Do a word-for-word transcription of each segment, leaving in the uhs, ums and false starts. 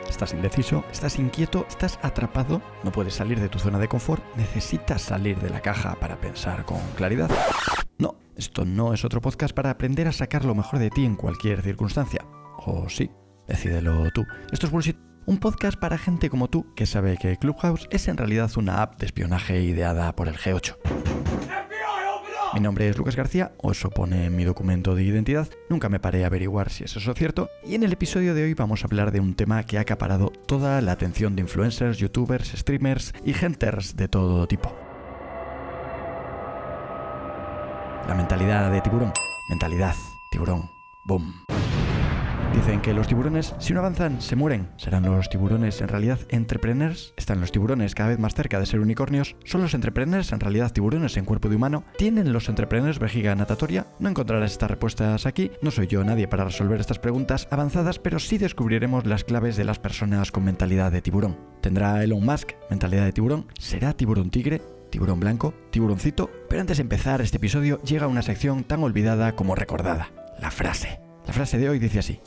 ¿Estás indeciso? ¿Estás inquieto? ¿Estás atrapado? ¿No puedes salir de tu zona de confort? ¿Necesitas salir de la caja para pensar con claridad? No, esto no es otro podcast para aprender a sacar lo mejor de ti en cualquier circunstancia. O sí, decídelo tú. Esto es Bullshit, un podcast para gente como tú que sabe que Clubhouse es en realidad una app de espionaje ideada por el G ocho. Mi nombre es Lucas García, o eso pone en mi documento de identidad, nunca me paré a averiguar si es eso cierto, y en el episodio de hoy vamos a hablar de un tema que ha acaparado toda la atención de influencers, youtubers, streamers y genters de todo tipo. La mentalidad de tiburón. Mentalidad, tiburón, boom. Dicen que los tiburones, si no avanzan, se mueren. ¿Serán los tiburones en realidad entrepreneurs? ¿Están los tiburones cada vez más cerca de ser unicornios? ¿Son los entrepreneurs en realidad tiburones en cuerpo de humano? ¿Tienen los entrepreneurs vejiga natatoria? No encontrarás estas respuestas aquí. No soy yo nadie para resolver estas preguntas avanzadas, pero sí descubriremos las claves de las personas con mentalidad de tiburón. ¿Tendrá Elon Musk mentalidad de tiburón? ¿Será tiburón tigre? ¿Tiburón blanco? ¿Tiburoncito? Pero antes de empezar este episodio llega una sección tan olvidada como recordada. La frase. La frase de hoy dice así: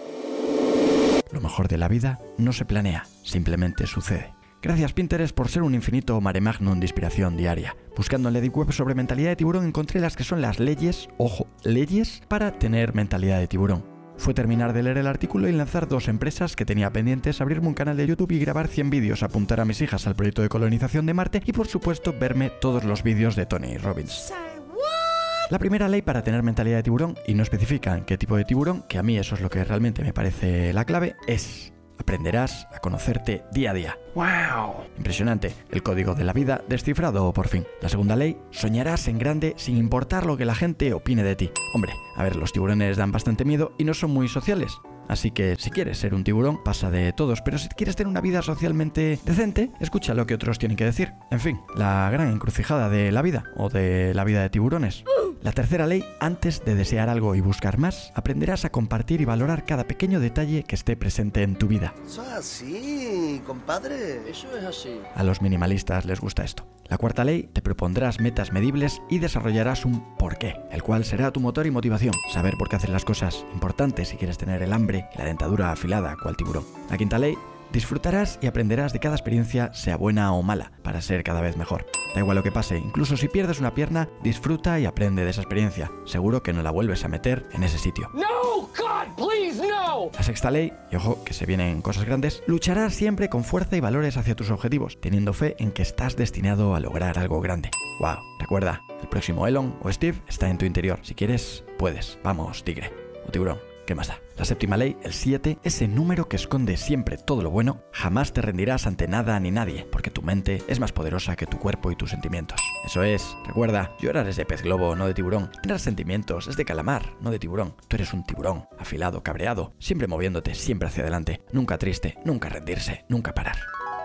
lo mejor de la vida no se planea, simplemente sucede. Gracias Pinterest por ser un infinito mare magnum de inspiración diaria. Buscando en la Deep Web sobre mentalidad de tiburón encontré las que son las leyes, ojo, leyes para tener mentalidad de tiburón. Fue terminar de leer el artículo y lanzar dos empresas que tenía pendientes, abrirme un canal de YouTube y grabar cien vídeos, apuntar a mis hijas al proyecto de colonización de Marte y por supuesto verme todos los vídeos de Tony Robbins. La primera ley para tener mentalidad de tiburón, y no especifican qué tipo de tiburón, que a mí eso es lo que realmente me parece la clave, es: aprenderás a conocerte día a día. ¡Wow! Impresionante, el código de la vida descifrado por fin. La segunda ley: soñarás en grande sin importar lo que la gente opine de ti. Hombre, a ver, los tiburones dan bastante miedo y no son muy sociales. Así que si quieres ser un tiburón, pasa de todos, pero si quieres tener una vida socialmente decente, escucha lo que otros tienen que decir. En fin, la gran encrucijada de la vida, o de la vida de tiburones. La tercera ley: antes de desear algo y buscar más, aprenderás a compartir y valorar cada pequeño detalle que esté presente en tu vida. Eso es así, compadre. Eso es así. A los minimalistas les gusta esto. La cuarta ley: te propondrás metas medibles y desarrollarás un porqué, el cual será tu motor y motivación. Saber por qué hacer las cosas, importante si quieres tener el hambre y la dentadura afilada cual tiburón. La quinta ley: disfrutarás y aprenderás de cada experiencia, sea buena o mala, para ser cada vez mejor. Da igual lo que pase, incluso si pierdes una pierna, disfruta y aprende de esa experiencia. Seguro que no la vuelves a meter en ese sitio. No, God, please, no. La sexta ley, y ojo que se vienen cosas grandes: lucharás siempre con fuerza y valores hacia tus objetivos, teniendo fe en que estás destinado a lograr algo grande. Wow, recuerda, el próximo Elon o Steve está en tu interior. Si quieres, puedes. Vamos, tigre o tiburón. ¿Qué más da? La séptima ley, el siete, ese número que esconde siempre todo lo bueno. Jamás te rendirás ante nada ni nadie, porque tu mente es más poderosa que tu cuerpo y tus sentimientos. Eso es, recuerda, llorar es de pez globo, no de tiburón. Tener sentimientos es de calamar, no de tiburón. Tú eres un tiburón, afilado, cabreado, siempre moviéndote, siempre hacia adelante. Nunca triste, nunca rendirse, nunca parar.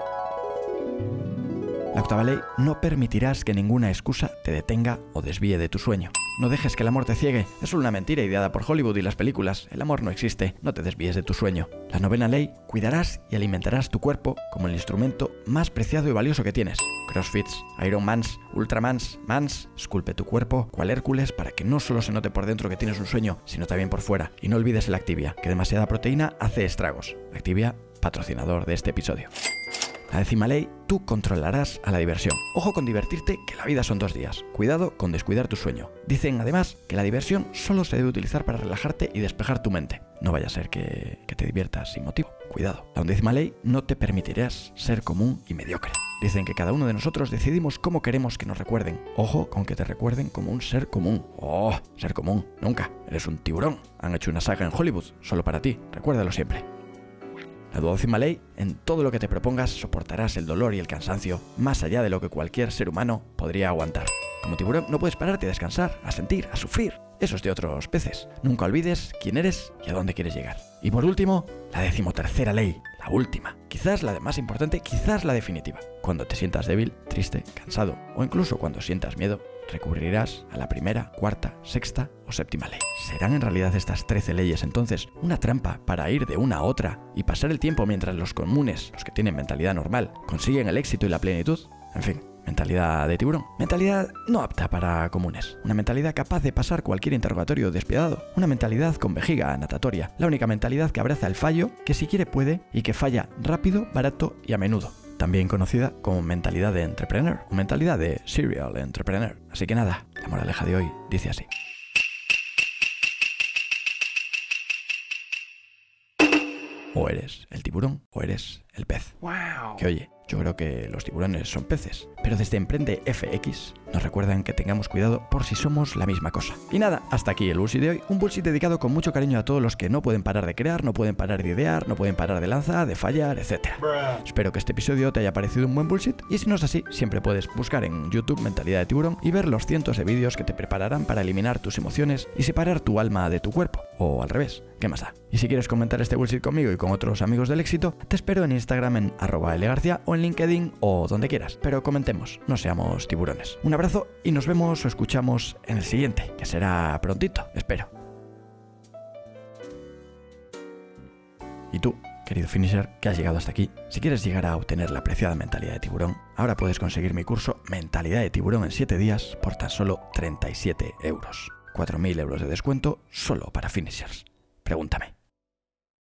La octava ley: no permitirás que ninguna excusa te detenga o desvíe de tu sueño. No dejes que el amor te ciegue, es solo una mentira ideada por Hollywood y las películas. El amor no existe, no te desvíes de tu sueño. La novena ley: cuidarás y alimentarás tu cuerpo como el instrumento más preciado y valioso que tienes. Crossfits, Ironmans, Ultramans, Mans, esculpe tu cuerpo cual Hércules para que no solo se note por dentro que tienes un sueño, sino también por fuera. Y no olvides el Activia, que demasiada proteína hace estragos. Activia, patrocinador de este episodio. La décima ley: tú controlarás a la diversión. Ojo con divertirte, que la vida son dos días. Cuidado con descuidar tu sueño. Dicen además que la diversión solo se debe utilizar para relajarte y despejar tu mente. No vaya a ser que, que te diviertas sin motivo. Cuidado. La undécima ley: no te permitirás ser común y mediocre. Dicen que cada uno de nosotros decidimos cómo queremos que nos recuerden. Ojo con que te recuerden como un ser común. Oh, ser común. Nunca. Eres un tiburón. Han hecho una saga en Hollywood solo para ti. Recuérdalo siempre. La duodécima ley: en todo lo que te propongas soportarás el dolor y el cansancio más allá de lo que cualquier ser humano podría aguantar. Como tiburón no puedes pararte a descansar, a sentir, a sufrir. Eso es de otros peces. Nunca olvides quién eres y a dónde quieres llegar. Y por último, la decimotercera ley, la última. Quizás la de más importante, quizás la definitiva. Cuando te sientas débil, triste, cansado o incluso cuando sientas miedo, recurrirás a la primera, cuarta, sexta o séptima ley. ¿Serán en realidad estas trece leyes entonces una trampa para ir de una a otra y pasar el tiempo mientras los comunes, los que tienen mentalidad normal, consiguen el éxito y la plenitud? En fin, Mentalidad de tiburón. Mentalidad no apta para comunes. Una mentalidad capaz de pasar cualquier interrogatorio despiadado. Una mentalidad con vejiga natatoria. La única mentalidad que abraza el fallo, que si quiere puede y que falla rápido, barato y a menudo. También conocida como mentalidad de entrepreneur o mentalidad de serial entrepreneur. Así que nada, la moraleja de hoy dice así. O eres el tiburón o eres el pez. Wow. Que oye, yo creo que los tiburones son peces, pero desde Emprende F X nos recuerdan que tengamos cuidado por si somos la misma cosa. Y nada, hasta aquí el bullshit de hoy, un bullshit dedicado con mucho cariño a todos los que no pueden parar de crear, no pueden parar de idear, no pueden parar de lanzar, de fallar, etcétera. Espero que este episodio te haya parecido un buen bullshit, y si no es así, siempre puedes buscar en YouTube Mentalidad de Tiburón y ver los cientos de vídeos que te prepararán para eliminar tus emociones y separar tu alma de tu cuerpo, o al revés, ¿qué más da? Y si quieres comentar este bullshit conmigo y con otros amigos del éxito, te espero en Instagram en arroba lgarcia o en LinkedIn o donde quieras, pero comentemos, no seamos tiburones. Un abrazo y nos vemos o escuchamos en el siguiente, que será prontito, espero. Y tú, querido finisher, que has llegado hasta aquí, si quieres llegar a obtener la apreciada mentalidad de tiburón, ahora puedes conseguir mi curso Mentalidad de Tiburón en siete días por tan solo treinta y siete euros. cuatro mil euros de descuento solo para finishers. Pregúntame.